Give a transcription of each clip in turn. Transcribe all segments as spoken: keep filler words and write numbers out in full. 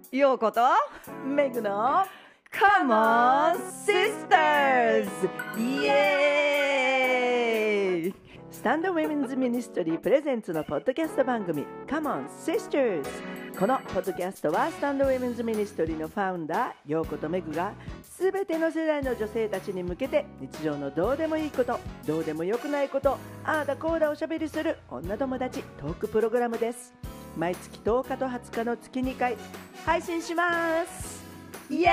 ようことメグの Come on Sisters イエーイ。 スタンドウェメンズミニストリープレゼンツのポッドキャスト番組 Come on Sisters。 このポッドキャストはスタンドウェメンズミニストリーのファウンダーようことメグがすべての世代の女性たちに向けて日常のどうでもいいこと、どうでもよくないこと、ああだこうだおしゃべりする女友達トークプログラムです。毎月とおかとはつかの月にかい配信します。イ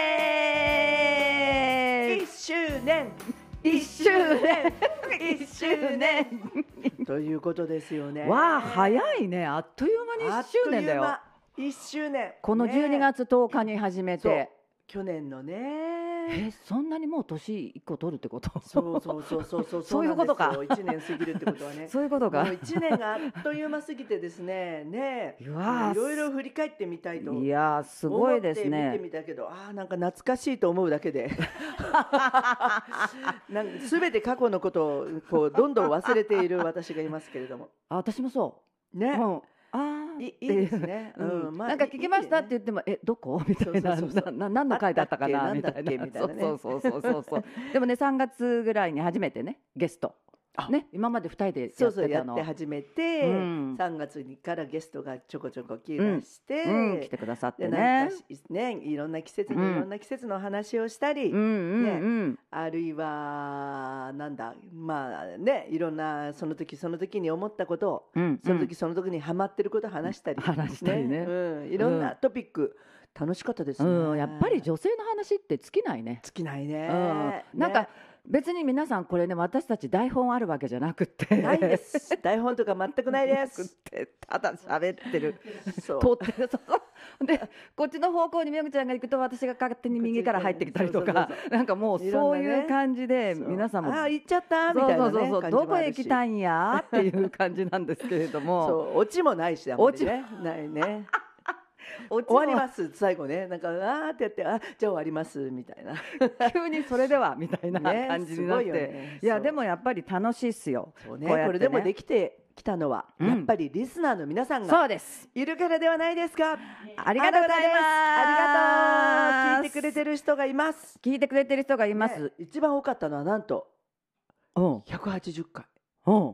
エーイ。いっしゅうねんいっしゅうねんいっしゅうねんということですよね。 わあ早いね。あっという間にいっしゅうねんだよ。 いっしゅうねんこのじゅうにがつとおかに始めて、 ね、去年のねえそんなにもう年いっこ取るってこと？ そうそうそうそうそうそういうことか。 いちねん過ぎるってことはねそういうことか。 もういちねんがあっという間過ぎてですねねいろいろ振り返ってみたいといやすごいですね。 思って見てみたけど、あなんか懐かしいと思うだけでなんか全て過去のことをこうどんどん忘れている私がいますけれども。 あ私もそうね、 うんあいいいですね、 うんうんまあ、 なんか聞きましたって言っても、えどこみたいな、 そうそうそうな何の回だったかなみたいな、そうそうそうそうそうでもねさんがつぐらいに初めてねゲストね、今までふたりでやってたの。 そうそうやって始めて、うん、さんがつからゲストがちょこちょこ来まして、 うんうん、来てくださってねねいろんな季節にいろんな季節の話をしたり、 うんねうんうん、 あるいはなんだまあねいろんなその時その時に思ったことを、うん、その時その時にハマってることを話したり、 話したりね、 うん、いろんなトピック、うん、楽しかったですね、 うん、やっぱり女性の話って尽きないね。 尽きないね、 うん、なんか、ね別に皆さんこれね私たち台本あるわけじゃなくてないです台本とか全くないですただ喋ってるそう撮ってるでこっちの方向にめぐちゃんが行くと私が勝手に右から入ってきたりとかなんかもうそういう感じで皆さんもああ行っちゃったみたいなねそうそうそうどこへ行きたいんやっていう感じなんですけれどもそうオチもないしオチねないね終わります最後ねなんかあーってやってあじゃあ終わりますみたいな急にそれではみたいな感じになって、ねね、いやでもやっぱり楽しいっすよそうねこれでもできてきたのは、うん、やっぱりリスナーの皆さんがそうですいるからではないですか。 ありがとうございますありがとう聞いてくれてる人がいます聞いてくれてる人がいます、 ね、一番多かったのはなんと、うん、ひゃくはちじゅっかい、 うん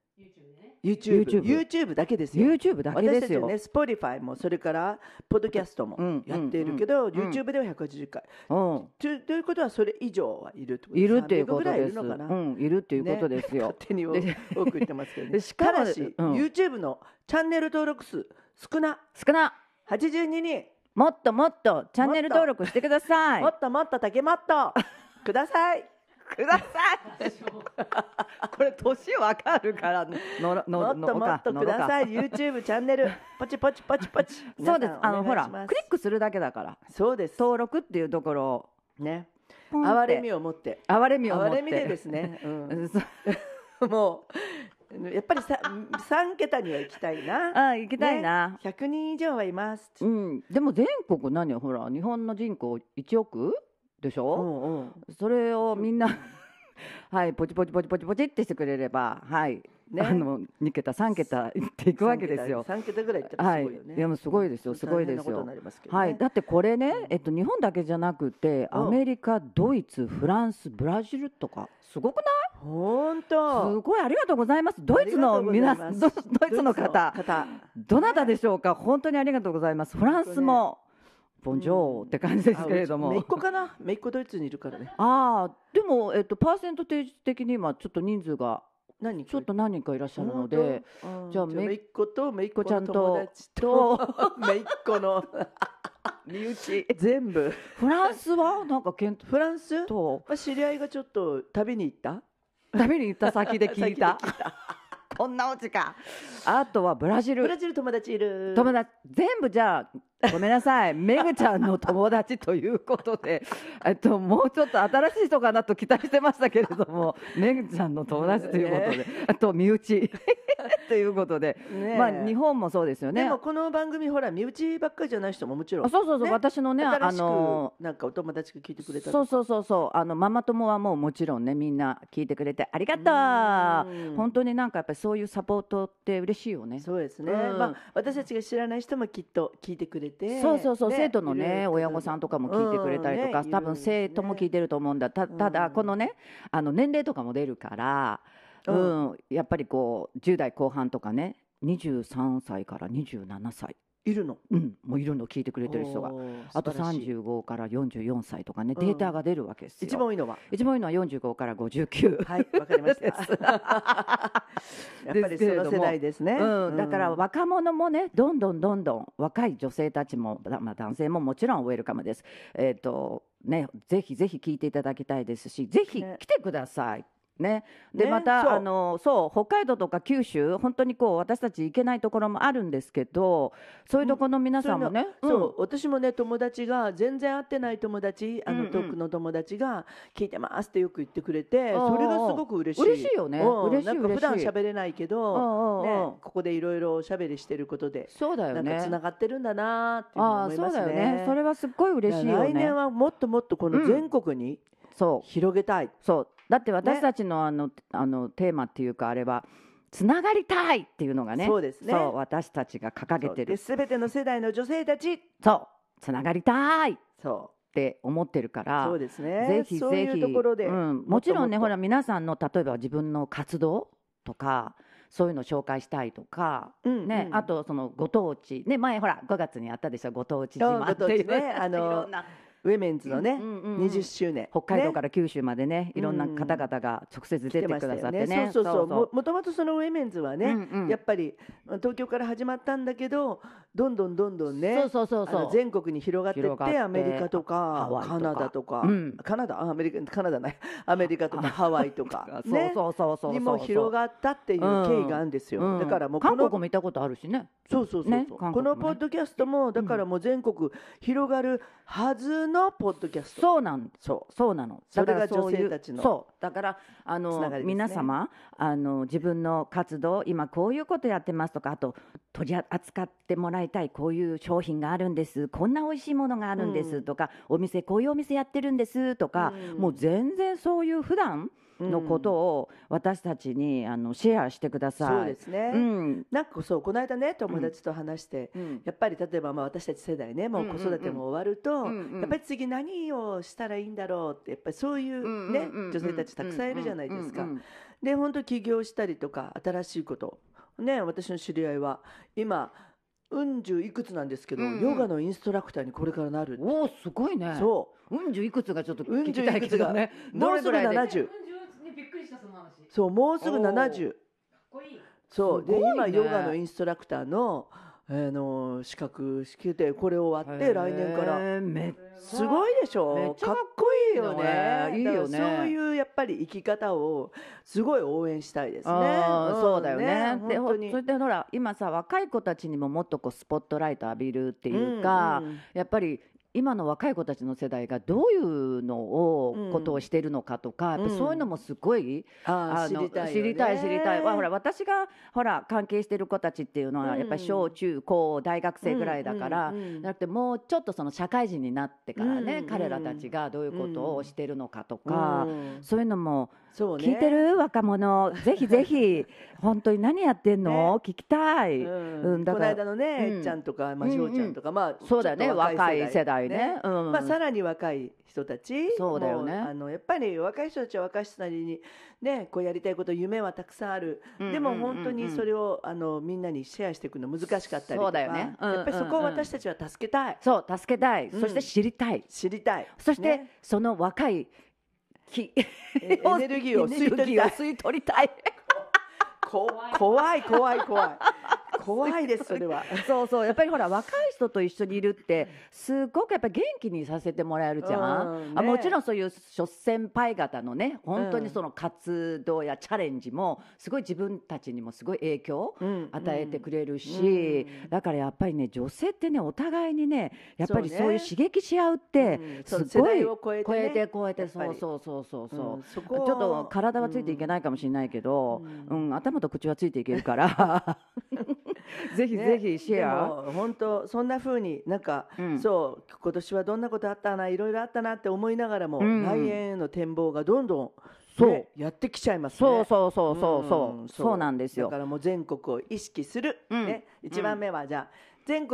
YouTube, YouTube, YouTube だけですよ。 YouTube だけですよ。 私たちね Spotify もそれからポッドキャストもやっているけど、うんうんうん、YouTube ではひゃくはちじゅっかい、うん、と, ということはそれ以上はいるってことです。 いるっていうことです。 さんびゃくぐらいいるのかな、 うん、いるっていうことですよ、 ね、勝手に多く言ってますけど、ね、 しかもただし、うん、YouTube のチャンネル登録数少な少なはちじゅうににん。 もっともっとチャンネル登録してください。 もっともっと竹もっとくださいくださいこれ年わかるからののもっともっとください。 YouTube チャンネルポチポチポチポチそうですあのほらクリックするだけだから。 そうです登録っていうところをね哀れみを持って哀れみを持って哀れみでですね、うん、もうやっぱりささんけたには行きたいな。 あ行きたいな、 ね、ひゃくにん以上はいます、 うん、でも全国何ほら日本の人口いちおくでしょ、うんうん、それをみんなはいポチポチポチポチポチってしてくれればはいね、あのにけたさんけたいっていくわけですよ。 さんけたぐらいいったらすごいよね、 はい、いやもうすごいですよすごいですよ、 ね、 はい、だってこれね、えっと、日本だけじゃなくてアメリカドイツフランスブラジルとかすごくない？ 本当すごいありがとうございます。ドイツの皆さんドイツの方どなたでしょうか。本当にありがとうございます。フランスもボンジョーって感じですけれども、 めいっ子かなめいっ子ドイツにいるからね。 ああでも、えっと、パーセントテージ的に今ちょっと人数が何ちょっと何人かいらっしゃるので、 じゃあめいっ子とめいっ子ちゃんとめいっ子の身内全部。 フランスはなんかケンフランスと知り合いがちょっと旅に行った旅に行った先で聞いたこんなオチか。あとはブラジルブラジル友達いる。 友達全部じゃあごめんなさいめぐちゃんの友達ということでえっともうちょっと新しい人かなと期待してましたけれどもめぐちゃんの友達ということで、ね、あと身内ということで、ね、まあ日本もそうですよね。 でもこの番組ほら身内ばっかりじゃない人ももちろんあそうそうそう、ね、私のねあのなんかお友達が聞いてくれたそうそうそうそうあのママ友はもうもちろんねみんな聞いてくれてありがとう。本当になんかやっぱりそういうサポートって嬉しいよね。 そうですね、うん、まあ私たちが知らない人もきっと聞いてくれれて、 そうそうそう、 ね、 生徒のいろいねろ親御さんとかも聞いてくれたりとか、 うんね多分生徒も聞いてると思うんだ。たただこのねあの年齢とかも出るから、 ううんん、やっぱりこうじゅう代後半とかねにじゅうさんさいからにじゅうななさい、 いるの。 うん、もういるの聞いてくれてる人が。 おーあと素晴らしいさんじゅうごからよんじゅうよんさいとかね、 うんデータが出るわけですよ。 一番多いのは。 一番多いのはよんじゅうごからごじゅうきゅう。 はい、わかりました。やっぱりその世代ですね。 うん、だからうん若者もねどんどんどんどん若い女性たちも、まあ、男性ももちろんウェルカムです。えっ、とねぜひぜひ聞いていただきたいですし、ぜひね来てください。ね、でねまたそうあのそう北海道とか九州本当にこう私たち行けないところもあるんですけど、そういうところの皆さんもね、 そういうのうんそう私もね友達が全然会ってない友達あうんうんの遠くの友達が聞いてますってよく言ってくれて、 おうおうそれがすごく嬉しい。 嬉しいよねうん嬉しいなんか普段嬉しい喋れないけおうど、 おうおうね、ここでいろいろおしゃべりしてることでそうだよね。 なんかつながってるんだなっていうふうにああ思いますそうだよね。 ね。 それはすっごい嬉しいよね。 来年はもっともっとこの全国にそう広げたい。 そうだって私たちのあの、あのテーマっていうかあれはつながりたいっていうのがね、 そうですねそう私たちが掲げてる、 すべての世代の女性たち、 そうつながりたいっそて思ってるかうら、 そうですね。 ぜひそういうぜひところで、 うん、もちろんねっともっとほら皆さんの例えば自分の活動とかそういうのを紹介したいとか、 うんねうんあとそのご当地ね前ほらごがつにあったでしょご当地自うん慢っていうご当地ねあのいろんなウェメンズのね、 うんうんうんにじゅっしゅうねん、 北海道かねら九州までねいろんな方々が直接出てくださってね、 そうそうそうももともとそのウェメンズはね、 うんうんやっぱり東京から始まったんだけどどんどんどんどんねそうそうそうそうあの全国に広がってっ広がっててアメリカとかハワイとかカナダとか、 うんカナダあアメリカカナダないアメリカとかハワイとかねそうそうそうそうそうにも広がったっていう経緯があるんですよ、 うんだからもうこ韓国のも行ったことあるしね。 そうそうそうそう、 ね韓国もねこのポッドキャストもだからもう全国広がるはずのポッドキャスト、 そうなんそうそうなの。 それがだからそういう女性たちのそうだからあつの、 ながりですね皆様あの自分の活動今こういうことやってますとか、あと取り扱ってもらいたいこういう商品があるんです、こんな美味しいものがあるんですとか、お店こういうお店やってるんですとか、 うんもう全然そういう普段のことを私たちにあのシェアしてください。 そうですね、 うんなんかそうこの間ね友達と話して、 うんやっぱり例えばまあ私たち世代ねもう子育ても終わると、 うんうんうんやっぱり次何をしたらいいんだろうってやっぱりそういうね、 うんうんうんうん女性たちたくさんいるじゃないですか。 うんうんうんで本当起業したりとか新しいことね私の知り合いは今うん十いくつなんですけど、 うんうんヨガのインストラクターにこれからなるって。 おーすごいね。 そううん十いくつがちょっとうん聞きたいけどね。 もうすぐどれぐらいでななじゅうね、びっくりしたその話。かっそうもうすぐななじゅうこいい。 そうですごいね今ヨガのインストラクターの、あの資格しててこれ終わって来年からへーめっすごいでしめょっちゃかっこいいよねいいよねだからそういうやっぱり生き方をすごい応援したいですね。 あーんそうだよね。でほ本当にそれでほら今さ若い子たちにももっとこうスポットライト浴びるっていうか、 うんうんやっぱり今の若い子たちの世代がどういうのを、 うんことをしてるのかとか、やっぱそういうのもすごい、 あー知のりたいよね知りたい知りたいわほら私がほら関係してる子たちっていうのは、 うんやっぱり小中高大学生ぐらいだから、 うんうんうんだってもうちょっとその社会人になってからね、 うんうん彼らたちがどういうことをしてるのかとか、 うんそういうのもそうね聞いてる若者ぜひぜひ本当に何やってんの、 ね聞きたい、 うんうんだからこの間のね、 うんえっちゃんとか、まあ、 うんしょうちゃんとか、まあ、 そうだよねちょっと若い世代ねうんまあ、さらに若い人たちそうだよねもあのやっぱり若い人たちは若い人なりに、ね、こうやりたいこと夢はたくさんある、 うんでもうんうんうん本当にそれをあのみんなにシェアしていくの難しかったりとかそうだよねうんやっぱりそこを私たちは助けたい、 そう助けたい、 うんそして知りたい、 知りたいそして、 ねその若いきえエネルギーを吸い取りたいエネルギーを吸い取りたいこ怖い怖い怖い怖いですそれは。 そうそうやっぱりほら若い人と一緒にいるってすごくやっぱり元気にさせてもらえるじゃん、 うんねあもちろんそういう諸先輩方のね本当にその活動やチャレンジもすごい自分たちにもすごい影響をうん与えてくれるし、 うんだからやっぱりね女性ってねお互いにねやっぱりそうねそういう刺激し合うってうんすその世ごい代を超えてね超えて超えてやっぱりそうそうそうそうそう、 うんそこをちょっと体はついていけないかもしれないけど、 ううん頭と口はついていけるからぜひぜひシェア、 ね、でも本当そんな風になんか、 うんそう今年はどんなことあったないろいろあったなって思いながらも、 うん来年への展望がどんどん、 そうねやってきちゃいますね。 そうそうそうそうそう、 んそうなんですよだからもう全国を意識する、 うんね、一番目はじゃあ全国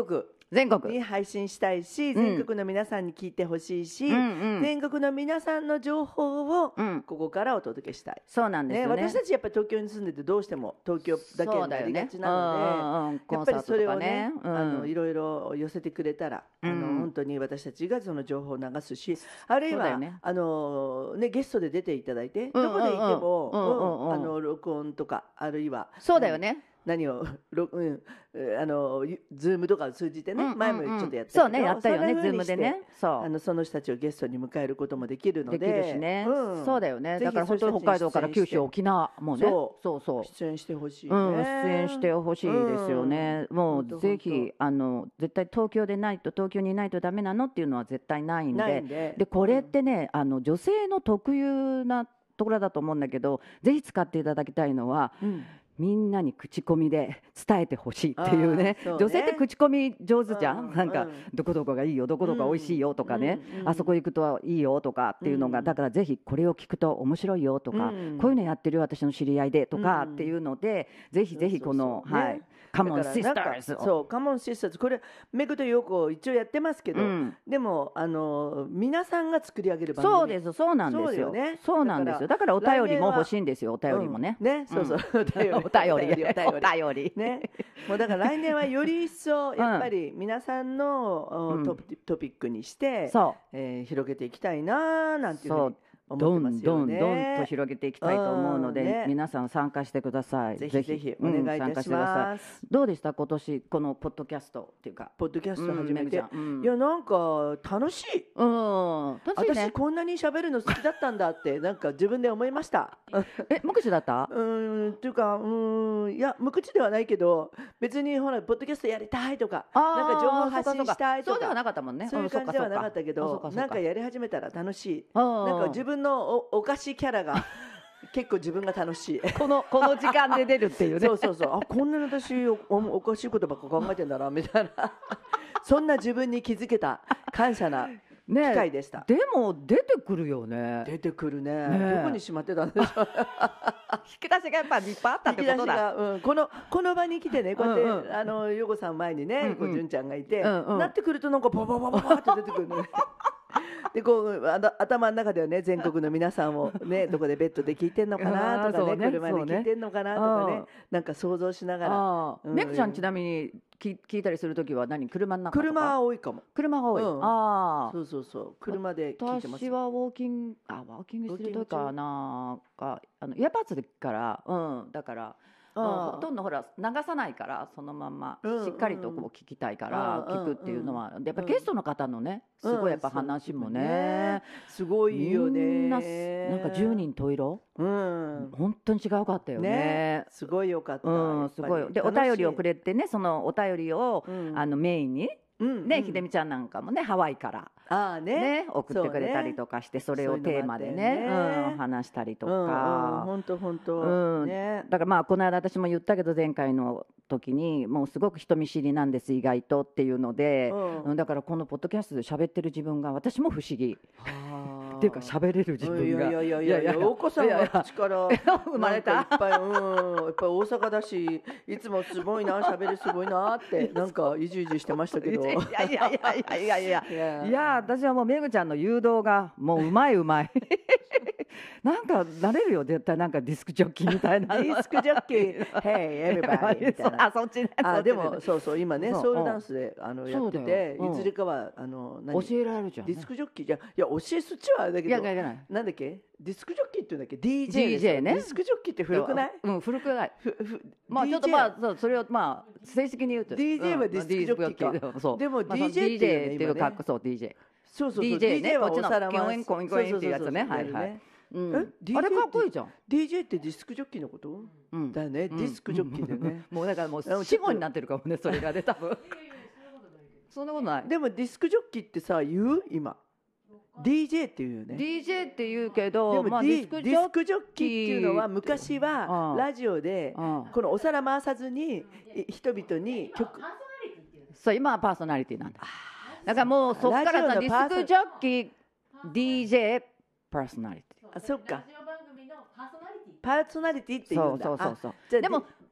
全国に配信したいし、全国の皆さんに聞いてほしいし、 うんうん全国の皆さんの情報をうんここからお届けしたい、 そうなんですね、 よね。 私たちやっぱり東京に住んでてどうしても東京だけになりがちなので、 のやっぱりそれをね、 うんあのいろいろ寄せてくれたら、 うんあの本当に私たちがその情報を流すし、あるいは、 そうだよねあのね、ゲストで出ていただいて、 うんうんうんどこでいても、 うんうんうんうんあの録音とか、あるいはそうだよね。 何を、ろうん、あのズームとかを通じてね、 うんうんうん前もちょっとやったけど、 そうね、やったよね、ズそんな風にしてームでね。そうあのその人たちをゲストに迎えることもできるのでできるしね、 うんそうだよね。 ぜひだから本当に北海道から九州、沖縄もね、 そうそうそう。 出演してほしいね、 うん、出演してほしいですよね。 うんもほんとうぜひあの絶対東京でないと東京にいないとダメなのっていうのは絶対ないんで、 ないんででこれってね、あの女性の特有なところだと思うんだけど、ぜひ使っていただきたいのは。 うんみんなに口コミで伝えてほしいっていうね、 あーそうね女性って口コミ上手じゃん、 うんなんか、 うんどこどこがいいよ、どこどこが美味しいよとかね、 うんうんあそこ行くといいよとかっていうのが、 うんだからぜひこれを聞くと面白いよとか、 うんこういうのやってる私の知り合いでとかうんっていうので、ぜひぜひこの、 そうそうそうはいね、 カモンだからなんか Sisters を。 そうカモンシスターズ、これメグとヨコ一応やってますけど、 うんでもあの皆さんが作り上げる番組、 そうですそうなんですよそうだよねそうなんですよ。だだかかららお便りも来年は欲しいんですよ、お便りもね、 うんね、そうそう、お便りお便りお便りお便りね、もうだから来年はより一層やっぱり皆さんの、 うんトピトピックにして、 そえー広げていきたいななんていうふうそうにうどん思ってますどんよね。 どんと広げていきたいと思うので、 うんね皆さん参加してください。 ぜひぜひお願いいたしうん参加してくださいます。 どうでした今年このポッドキャストっていうか。 ポッドキャスト始めて、 うんめぐちゃんうんいやなんか楽しい。 うん、楽しい私ね。 こんなに喋るの好きだったんだってなんか自分で思いました。 え、目口だった？ うーんっていうかうーんいや無口ではないけど別にほらポッドキャストやりたいとかあーなんか情報発信したいとそうではかなかったもんね。 そういう感じではなかったけうんそうかそうかどなんかやり始めたら楽しい。 ななんか自分のおおかしいキャラが結構自分が楽しい。 このこの時間で出るっていうね。 そうそうそうあこんなに私おおおかしいことばっか考えてんだなみたいなそんな自分に気づけた感謝な機ね会でした。 でも出てくるよね。 出てくるねねえどこにしまってたんでしょう。 引き出しがやっぱいっぱいあったって引き出しことだ。 が、うん、このこの場に来てねこうやって、 うんうんあのヨゴさん前にね、 うんうんこう純ちゃんがいて、 うんうんなってくるとなんかバババババって出てくるのね。でこうあの頭の中ではね全国の皆さんをねどこでベッドで聞いてんのかなとかねうんそうね車で聞いてんのかなとかねなんか想像しながらああ、 うんめぐちゃんちなみに聞聞いたりするときは何車の中とか？ 車は多いかも。 車が多い。 うんああ。 そうそうそう車で聞いてます。 私はウォーキングあウォーキングしてる時かなかあのイヤーパーツでからうんだからうんああほとんどほら流さないからそのまんまうんしっかりとこう聞きたいからうん聞くっていうのはやっぱうんゲストの方のねすごいやっぱ話もねすごいよね。 みんななんか十人十色うん本当に違うかったよねね。 すごいよかった。 うんすごいでお便りをくれてねそのお便りをうんあのメインにうんねひでみちゃんなんかもねハワイからああねね、送ってくれたりとかしてそれをテーマでねそういうのもあったよねうん、話したりとうんうんか、 本当本当うんねだからまあこの間私も言ったけど前回の時にもうすごく人見知りなんです意外とっていうので、 うんうんだからこのポッドキャストで喋ってる自分が私も不思議はあっていうか喋れる自分がいやいやいやいやいやいやお子さんは口から生まれたなんかいっぱいうんやっぱり大阪だしいつもすごいな喋るすごいなってなんかいじいじしてましたけどいやいやいやいやいやいやいやいやいや私はもうめぐちゃんの誘導がもううまいうまいなんかなれるよ絶対なんかディスクジョッキーみたいなディスクジョッキー Hey everybody みたいなあそっちねそっちねあでもそうそう今ねそうソウルダンスであのやってそうだてようんいずれかはあの何教えられるじゃん、ね、 ディスクジョッキーじゃいや教えそっちはあれだけいどやいやいやないなんだっけディスクジョッキーって言うんだっけ ディージェー ですよディージェーねディスクジョッキーって古くないうん古くないふふまあちょっとディージェーまあそうそれをまあ正式に言うとディージェー はディスクジョッキーかうんディスクジョッキーそうでもまあそのディージェー っていうねディージェーっていう今ね格そう ディージェーそうそうそうディージェー ねディージェー はこっちのお皿回すキョンコンコンっていうやつねそうそうそうそうはいはいやるねうんえ ディージェーあれかっこいいじゃんディージェー ってディスクジョッキーのことうんだよねディスクジョッキーだよねもうだからもうあの死後になってるかもねそれがね多分そんなことないでもディスクジョッキーってさ言う今 ディージェー っていうよねディージェー って言うけでどもまあディスクディディジョッスクジョッキーっていうのは昔はうんラジオでうんこのお皿回さずにい人々に曲そう今はパーソナリティなんだだからもうそっからラさデジオのパーソィスクジョッキー ディージェー パーソナリティあそっかラジオ番組のパーソナリティパーソナリティっていうんだそうそうそうそうあじゃあでも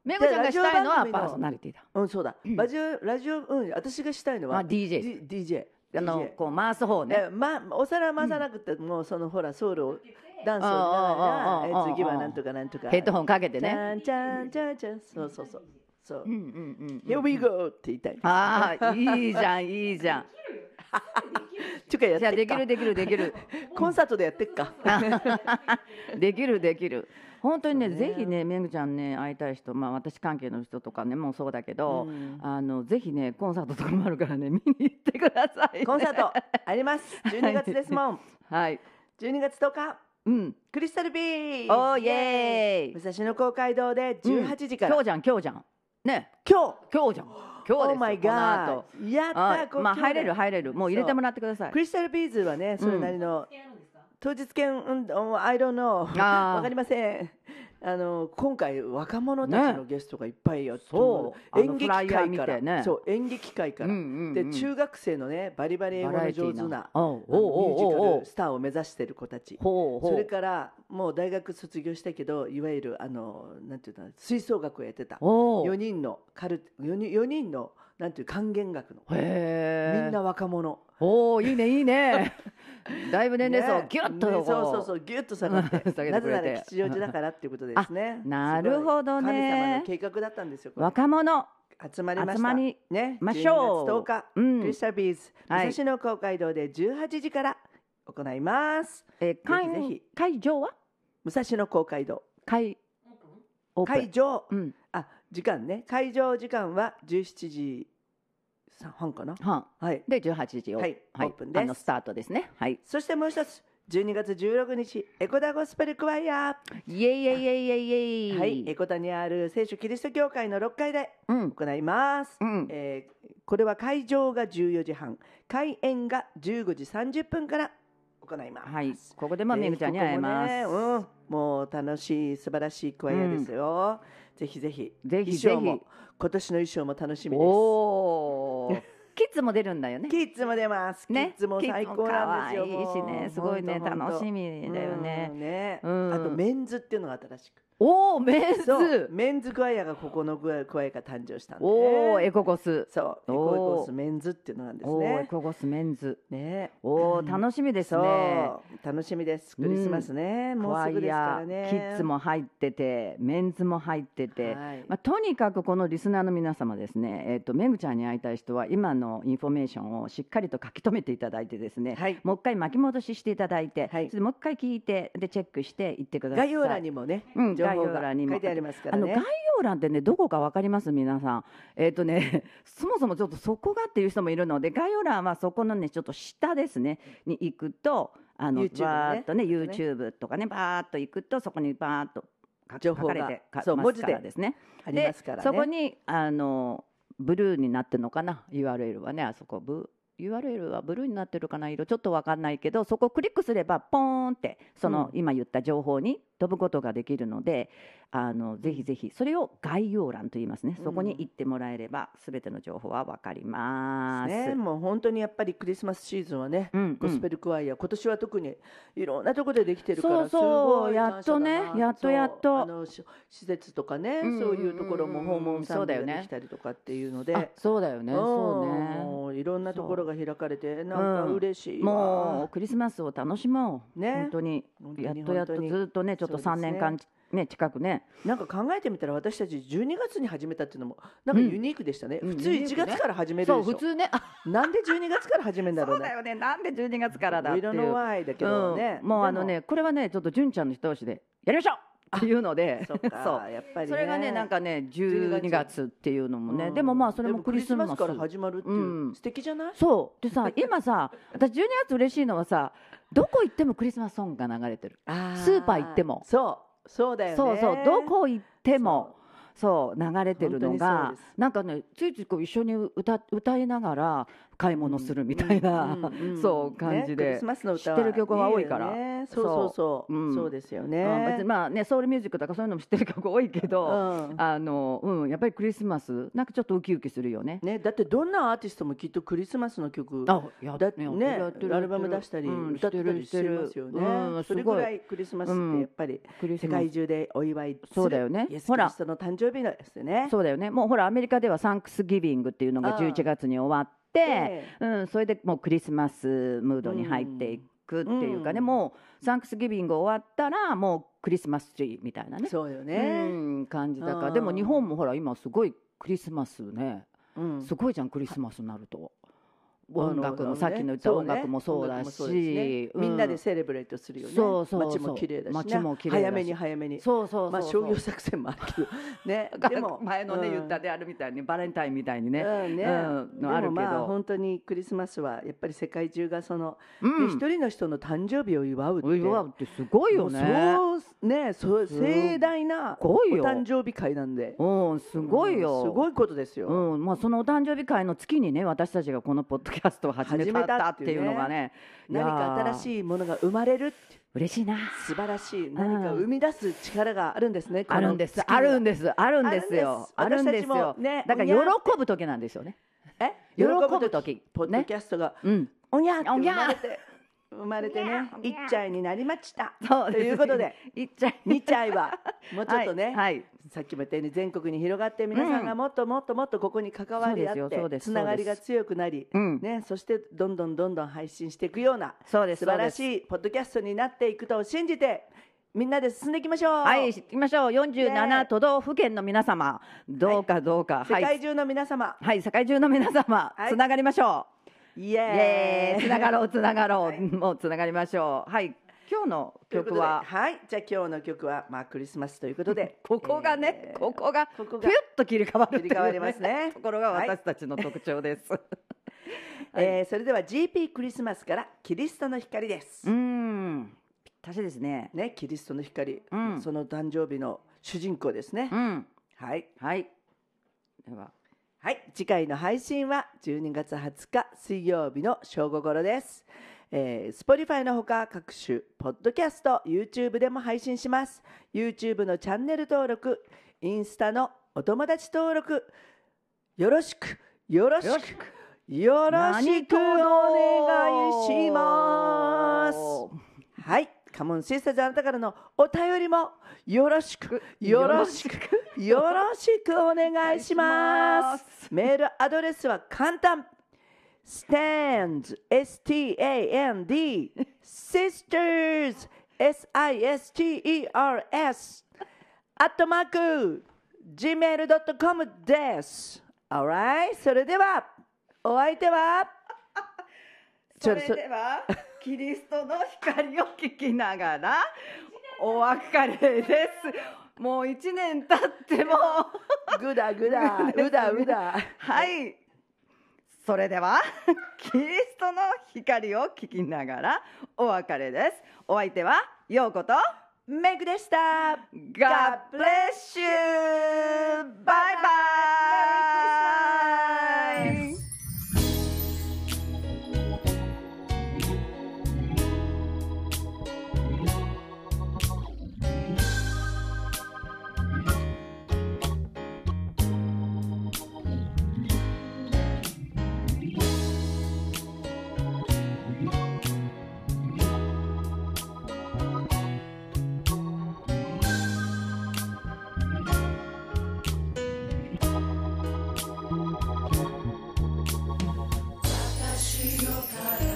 めぐちゃんがしたいのはラジオ番組のパーソナリティだ。 うん、そうだ。 うんラジオラジオうん、私がしたいのは、 あ ディージェーディ ディージェー。 あのディージェーこう回す方ね。 えまお皿回さなくても、うそのほらソウルをダンスを見なああああがら、 ああえ次はなんとかなんとか。 ヘッドホンかけてちね。 ゃんちゃんちゃんちゃん、そうそうそうそううん。うんうんうん。 Here we go って言いたい。 ああいいじゃんいいじゃん。 ちゅうかやっじゃあてっか。 できるできるできる。 コンサートでやってっか。 できるできる。本当にねそうねぜひねめぐちゃんね会いたい人、まあ私関係の人とかねもうそうだけど、 うんあのぜひねコンサートとかもあるからね見に行ってください、ね。 コンサートあります。じゅうにがつですもん。 はい。 じゅうにがつとおか、 うん。 クリスタルビーチ。 おーイエーイ。 武蔵野公会堂でじゅうはちじから。 今日じゃん今日じゃん。ね今日。 今日じゃん。今日ですよ。 Oh my この God 後。 やったあー。こうまあ今日で入れる入れるもう入れてもらってくださいク。リスタルビーズはね、それなりのやるんですか？ 当日券、うん、I don't know。 あーわかりません。あの今回若者たちのゲストがいっぱいよ。 そう演劇あのフライヤー界から、 見てねそう演劇界から、 うんうんうんで中学生のねバリバリ英語の上手なおうあのおうおうミュージカおうルスターを目指している子たち。 ほうほう。 それからもう大学卒業したけどいわゆるあのなんていうの吹奏楽をやってたおうよにんのカルよにんよにんのなんていう管弦楽のへえ。 みんな若者。 おおいいねいいね。だいぶ年齢層ねギュッとこねそうそうそうギュッと下がって下げてくれてなぜなら吉祥寺だからっていうことですね。 あなるほどねすごい神様の計画だったんですよ。これ若者集まりました。 集まりねましょうじゅうにがつとおか、 うんクリスタルビーズはい武蔵野公会堂でじゅうはちじから行います。 えー会ぜひぜひ会場は武蔵野公会堂会オープン会場うんあ時間ね会場時間はじゅうしちじはんかな。 はんはい。 でじゅうはちじをはいオープンですあのスタートですね。はい。 そしてもう一つじゅうにがつじゅうろくにちエコダゴスペルクワイアイエイイエイイエイイエイイエイ。 はいエコダにある聖書キリスト教会のろっかいでうん行います。 うんえーこれは会場がじゅうよじはん開演がじゅうごじさんじゅっぷんから行います。 はい。ここでもめぐちゃんに会えます。 ぜひここもねうん、もう楽しい素晴らしいクワイアですよ。ぜひぜひぜひぜひ衣装も今年の衣装も楽しみです。 おお。キッズも出るんだよね。 キッズも出ます。 ねキッズも最高なんですよ。 キッズも可愛いしねもうすごいねほんとほんと楽しみだよねうんねうんあとメンズっていうのが新しく。 おおメンそうズ。 メンズクワイアがここのクワイアが誕生したんで、ね。 おおエコゴス。 そうエおーコエコスメンズっていうのなんですおおエね。 コゴスメンズ。 ね。 おお楽しみですそうね。 楽しみです。クリスマスね、もうすぐですからね。 キッズも入っててメンズも入ってて、 はいまあ、とにかくこのリスナーの皆様ですね、えー、とめぐちゃんに会いたい人は今のインフォメーションをしっかりと書き留めていただいてですね、 はいもう一回巻き戻ししていただいて、 はいそれでもう一回聞いてでチェックしていってください。 概要欄にもね、 うん情報が概要欄にも書いてありますからね。 あの概要欄ってねどこかわかります皆さん。えっ、とねそもそもちょっとそこがっていう人もいるので概要欄はそこのねちょっと下ですねに行くとあの YouTube ねバーッとねそうですね YouTube とかねバーッと行くとそこにバーッと書情報が書かれてかそうますから文字でですね。 ありますからね。 そこにあのブルーになってるのかな ユーアールエル はねあそこブ ユーアールエル はブルーになってるかな色ちょっと分かんないけどそこをクリックすればポーンってその、 うん今言った情報に飛ぶことができるのであのぜひぜひそれを概要欄と言いますね、 うんそこに行ってもらえれば全ての情報は分かります。 ね、もう本当にやっぱりクリスマスシーズンはね、 うんゴスペルクワイア、今年は特にいろんなところでできてるから、 そうそうすごいやっとね感謝だなやっとやっとそうあのし施設とかね、 うんうんうんそういうところも訪問産業そうだよねができたりとかっていうので、 あそうだよねそうねもういろんなところが開かれて、なんか嬉しいわ、 もうクリスマスを楽しもう、 ね本当に本当にやっとやっと本当にずっとねちょっとさんねんかんね近くねなんか考えてみたら私たちじゅうにがつに始めたっていうのもなんかユニークでしたね、 うん普通いちがつから始めるそうでしょ、 普通ねあなんでじゅうにがつから始めるんだろうねそうだよねなんでじゅうにがつからだっていう We don't know why だけどね、 うん、もうあのねこれはねちょっと純ちゃんの一押しでやりましょうっていうのでそっかやっぱりねそれがねなんかねじゅうにがつっていうのもね、 うんでもまあそれもクリスマスでもクリスマスから始まるっていう、 うん素敵じゃない？ そうでさ今さ私じゅうにがつ嬉しいのはさどこ行ってもクリスマスソングが流れてるあスーパー行ってもそうそうだよね。 そうそうどこ行ってもそう流れてるの本当にがそうですなんかねついついこう一緒に歌歌いながら買い物するみたいな、 うんうんうんそう感じで、 ね、クリスマスの歌は知ってる曲が多いからいいよね、そうそうそう、 うんそうですようんね。 別にまあねソウルミュージックとかそういうのも知ってる曲多いけど、 うんあのうんやっぱりクリスマスなんかちょっとウキウキするよね。 ね、だってどんなアーティストもきっとクリスマスの曲あやだねやってるやってるアルバム出したりうん歌ってたりしてますよね、 うんそれぐらいクリスマスってやっぱりクリスマス世界中でお祝いするそうだよねイエス・ほらキリストの誕生日ですよね。 そうだよね。もうほらアメリカではサンクスギビングっていうのがじゅういちがつに終わって、 えうん、それでもうクリスマスムードに入っていくっていうかね、 うんもうサンクスギビング終わったらもうクリスマスツリーみたいなねそうようね、 ん感じだから。 うんでも日本もほら今すごいクリスマスね、 うんすごいじゃんクリスマスになると。音楽あののさっきの言った音楽もそうだね音楽もそうですねし、うんみんなでセレブレートするよね。 そうそうそう街も綺麗だし、ね、 街も綺麗だし早めに早めにそうそうそうそう、 まあ商業作戦もあるけどねでも前のね、 うん言ったであるみたいにバレンタインみたいにね、 うんねうんのあるけどでもまあ本当にクリスマスはやっぱり世界中がそのうんね一人の人の誕生日を祝うってお祝うってすごいよね。 もうそうねそう盛大なおすごいよ誕生日会なんでうん、すごいよ。 うんすごいことですよ、 うん、まあそのお誕生日会の月にね、私たちがこのポッドキャストを始めたっていうのがね、 何か新いしいものが生まれるって嬉しいな。 素晴らしい何か生み出す力があるんですね、このあるんです、 月にはあるんです、あるんですよ、ああるんでするんですよ私たちもね。 だからおにゃー喜ぶ時なんですよね。 え喜ぶ時ポッドキャストが、 うん、 おにゃーって生おにゃーまれて生まれてねいっちゃいになりましたそうですということでいっちゃいにちゃいはもうちょっとね、 はいはいさっきも言ったように全国に広がって皆さんがもっともっともっとここに関わり合そうですよそうですってつながりが強くなり、 うんね、そしてどんどんどんどん配信していくようなそうです素晴らしいポッドキャストになっていくと信じてみんなで進んでいきましょう。 はい、行きましょう。よんじゅうななね都道府県の皆様、どうかどうか、はい、 世界中の皆様、 はい、世界中の皆様、 はいつながりましょう。 イイエエーイーイ、つながろう、つながろう、 はいもうつながりましょう。はい、今日のということで曲は。 はい、じゃあ今日の曲はまあクリスマスということでここがね、 えーここがここがピュッと切り替わるっていう、 切り替わりますねところが私たちの特徴です。 えーそれでは ジーピー クリスマスからキリストの光です、 うーん、ぴったしですね。 ね、キリストの光、 うんその誕生日の主人公ですね、 うん、 はい、 はい。では、 はい、次回の配信はじゅうにがつはつか水曜日の正午頃です、えー、Spotify のほか各種ポッドキャスト YouTube でも配信します。 YouTube のチャンネル登録、インスタのお友達登録よろしくよろしよろしくよろしくお願いします。はい、カモンシスターズ、あなたからのお便りもよろしくよろしくよろしくお願いします。メールアドレスは簡単、stands s t a n d sisters s i s t e r s アットマーク ジーメールドットコム です。 Alright、 それではお相手はそれではキリストの光を聞きながらお別れです。もう一年経ってもグダグダうだうだ。 はい、それではキリストの光を聞きながらお別れです。お相手はようことメグでした。 God bless you! バイバイ。私の